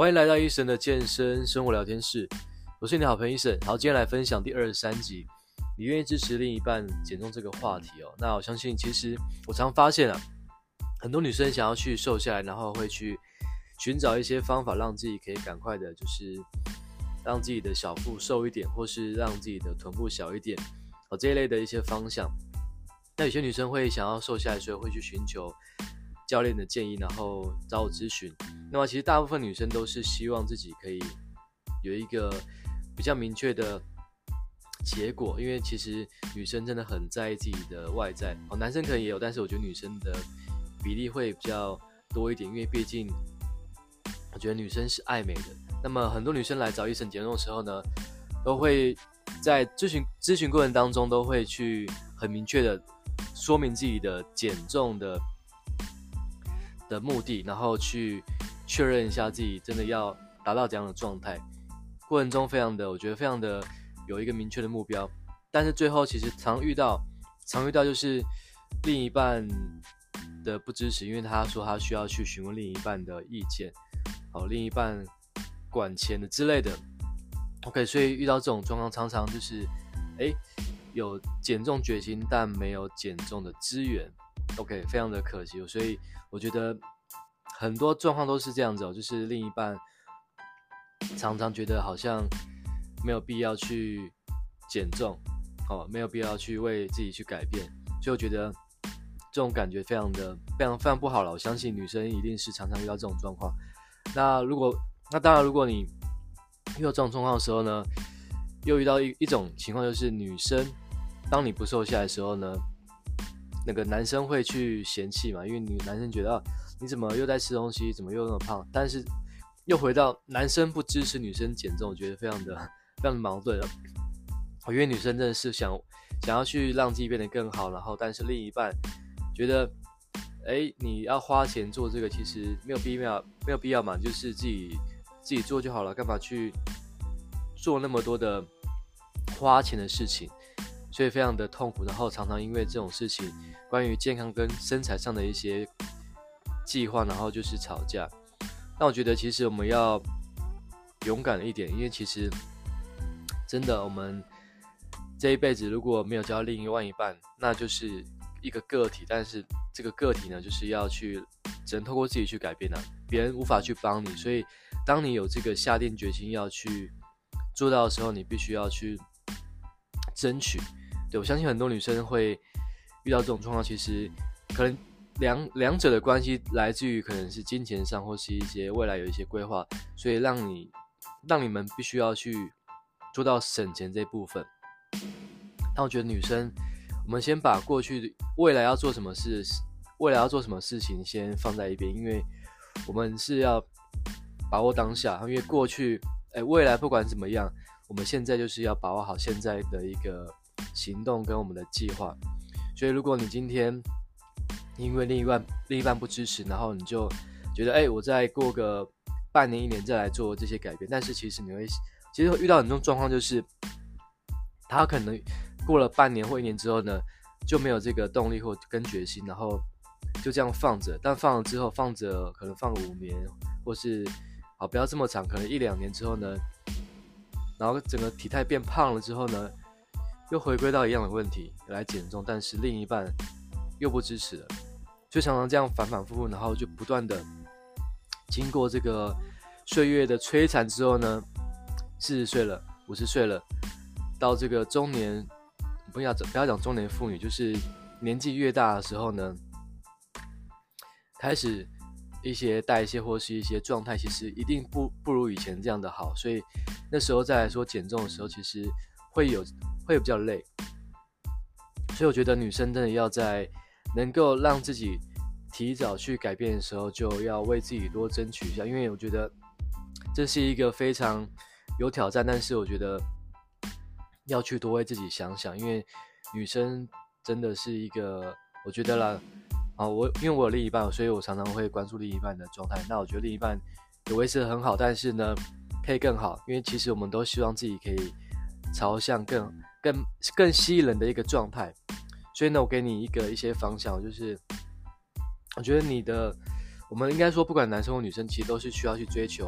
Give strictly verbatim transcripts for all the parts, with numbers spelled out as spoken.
欢迎来到医生的健身生活聊天室，我是你的好朋友医生。好，今天来分享第二十三集，你愿意支持另一半减重这个话题哦。那我相信，其实我常发现啊，很多女生想要去瘦下来，然后会去寻找一些方法，让自己可以赶快的，就是让自己的小腹瘦一点，或是让自己的臀部小一点，哦这一类的一些方向。那有些女生会想要瘦下来，所以会去寻求教练的建议，然后找我咨询。那么其实大部分女生都是希望自己可以有一个比较明确的结果，因为其实女生真的很在意自己的外在，哦，男生可能也有，但是我觉得女生的比例会比较多一点，因为毕竟我觉得女生是爱美的。那么很多女生来找医生减重的时候呢，都会在咨询咨询过程当中都会去很明确的说明自己的减重的的目的，然后去确认一下自己真的要达到怎样的状态。过程中非常的，我觉得非常的有一个明确的目标，但是最后其实常遇到，常遇到就是另一半的不支持，因为他说他需要去询问另一半的意见，好，另一半管钱的之类的。OK， 所以遇到这种状况，常常就是，哎，有减重决心，但没有减重的资源。OK， 非常的可惜，所以我觉得很多状况都是这样子哦，就是另一半常常觉得好像没有必要去减重，哦，没有必要去为自己去改变，所以我觉得这种感觉非常的非常非常不好了。我相信女生一定是常常遇到这种状况。那如果那当然，如果你遇到这种状况的时候呢，又遇到 一, 一种情况，就是女生当你不瘦下来的时候呢，那个男生会去嫌弃嘛，因为女男生觉得、啊、你怎么又在吃东西，怎么又那么胖？但是又回到男生不支持女生减重，我觉得非常的非常的矛盾了。因为女生真的是想想要去让自己变得更好，然后但是另一半觉得，哎，你要花钱做这个，其实没有必要，没有必要嘛，就是自己自己做就好了，干嘛去做那么多的花钱的事情？所以非常的痛苦，然后常常因为这种事情，关于健康跟身材上的一些计划，然后就是吵架。那我觉得其实我们要勇敢一点，因为其实真的我们这一辈子如果没有交另外一半，那就是一个个体，但是这个个体呢，就是要去只能透过自己去改变啊，别人无法去帮你。所以当你有这个下定决心要去做到的时候，你必须要去争取。对，我相信很多女生会遇到这种状况，其实可能两两者的关系来自于可能是金钱上，或是一些未来有一些规划，所以让你让你们必须要去做到省钱这部分。但我觉得女生，我们先把过去未来要做什么事，未来要做什么事情先放在一边，因为我们是要把握当下，因为过去，哎，未来不管怎么样，我们现在就是要把握好现在的一个行动跟我们的计划。所以如果你今天因为另一半另一半不支持，然后你就觉得哎，我再过个半年一年再来做这些改变，但是其实你会其实会遇到很多状况，就是他可能过了半年或一年之后呢，就没有这个动力或跟决心，然后就这样放着。但放了之后，放着可能放了五年，或是好不要这么长，可能一两年之后呢，然后整个体态变胖了之后呢，又回归到一样的问题来减重，但是另一半又不支持了，就常常这样反反复复，然后就不断的经过这个岁月的摧残之后呢，四十岁了，五十岁了，到这个中年，不要不要讲中年妇女，就是年纪越大的时候呢，开始一些代谢或是一些状态，其实一定不不如以前这样的好，所以那时候再来说减重的时候，其实会有会比较累。所以我觉得女生真的要在能够让自己提早去改变的时候，就要为自己多争取一下，因为我觉得这是一个非常有挑战，但是我觉得要去多为自己想想，因为女生真的是一个，我觉得啦，啊，我因为我有另一半，所以我常常会关注另一半的状态。那我觉得另一半有维持得很好，但是呢，可以更好，因为其实我们都希望自己可以朝向更更更吸引人的一个状态。所以呢，我给你一个一些方向，就是我觉得你的，我们应该说，不管男生或女生，其实都是需要去追求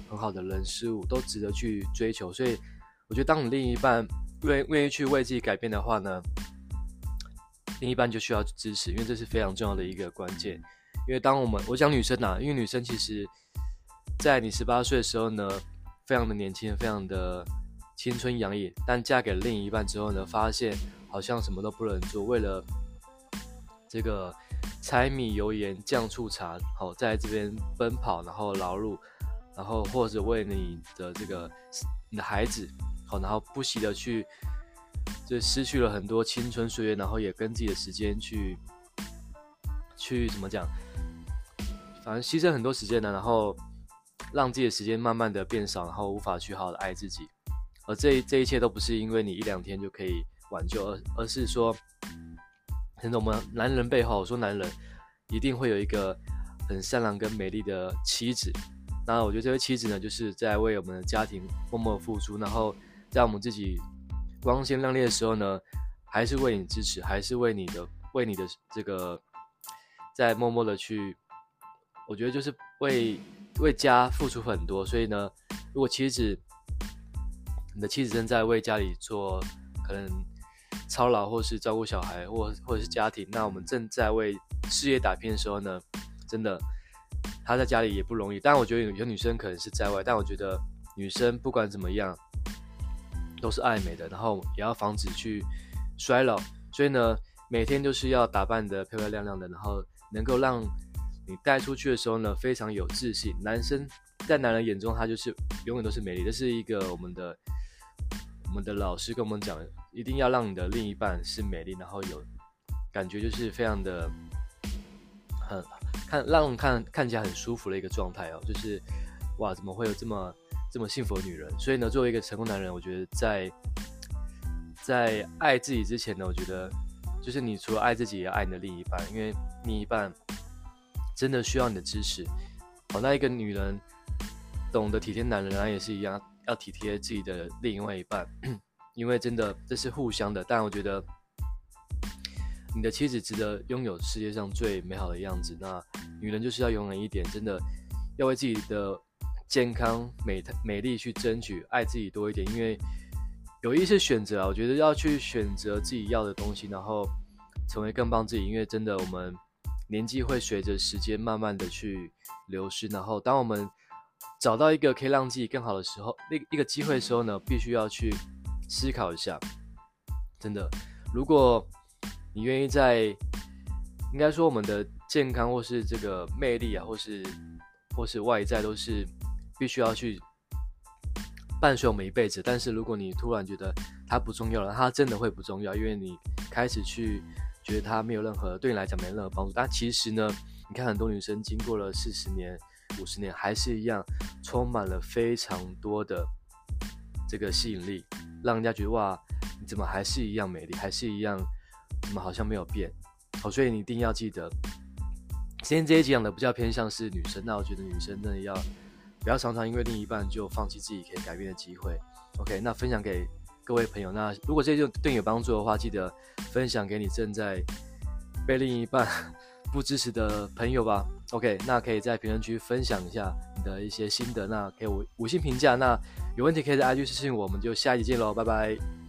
很好的人事物，都值得去追求。所以我觉得，当你另一半愿愿意去为自己改变的话呢，另一半就需要支持，因为这是非常重要的一个关键。因为当我们我讲女生啊，因为女生其实在你十八岁的时候呢，非常的年轻，非常的青春洋溢，但嫁给另一半之后呢，发现好像什么都不能做，为了这个柴米油盐酱醋茶，好，在这边奔跑，然后劳碌，然后或者为你的这个你的孩子，好，然后不惜的去，就失去了很多青春岁月，然后也跟自己的时间去，去怎么讲，反正牺牲很多时间呢，然后让自己的时间慢慢的变少，然后无法去好好的爱自己，而这这一切都不是因为你一两天就可以挽救，而而是说。真的，我们男人背后，我说男人一定会有一个很善良跟美丽的妻子。那我觉得这位妻子呢，就是在为我们的家庭默默付出，然后在我们自己光鲜亮丽的时候呢，还是为你支持，还是为你的为你的这个在默默的去，我觉得就是为为家付出很多。所以呢，如果妻子你的妻子正在为家里做可能。操劳或是照顾小孩或或者是家庭，那我们正在为事业打拼的时候呢，真的她在家里也不容易。当然我觉得有有女生可能是在外，但我觉得女生不管怎么样都是爱美的，然后也要防止去衰老。所以呢，每天就是要打扮得漂漂亮亮的，然后能够让你带出去的时候呢非常有自信。男生在男人眼中他就是永远都是美丽，这是一个我们的我们的老师跟我们讲的，一定要让你的另一半是美丽，然后有感觉就是非常的很看让人看看起来很舒服的一个状态哦，就是哇怎么会有这么这么幸福的女人？所以呢，作为一个成功男人，我觉得在在爱自己之前呢，我觉得就是你除了爱自己，也要爱你的另一半，因为另一半真的需要你的支持。好，那一个女人懂得体贴男人，然后也是一样。要体贴自己的另外一半，因为真的这是互相的。但我觉得你的妻子值得拥有世界上最美好的样子。那女人就是要勇敢一点，真的要为自己的健康、美美丽去争取，爱自己多一点。因为有意识选择啊，我觉得要去选择自己要的东西，然后成为更棒自己。因为真的我们年纪会随着时间慢慢的去流失，然后当我们找到一个可以让自己更好的时候，一个机会的时候呢，必须要去思考一下。真的，如果你愿意在，应该说我们的健康或是这个魅力啊，或是或是外在，都是必须要去伴随我们一辈子。但是如果你突然觉得它不重要了，它真的会不重要，因为你开始去觉得它没有任何对你来讲没有任何帮助。但其实呢，你看很多女生经过了四十年。五十年还是一样，充满了非常多的这个吸引力，让人家觉得哇，你怎么还是一样美丽，还是一样，怎么好像没有变？好，所以你一定要记得，今天这一集讲的比较偏向是女生，那我觉得女生真的要不要常常因为另一半就放弃自己可以改变的机会。OK， 那分享给各位朋友，那如果这一集对你有帮助的话，记得分享给你正在被另一半不支持的朋友吧。OK， 那可以在评论区分享一下你的一些心得，那给我五星评价，那有问题可以在 I G 私信我，我们就下一集见喽，拜拜。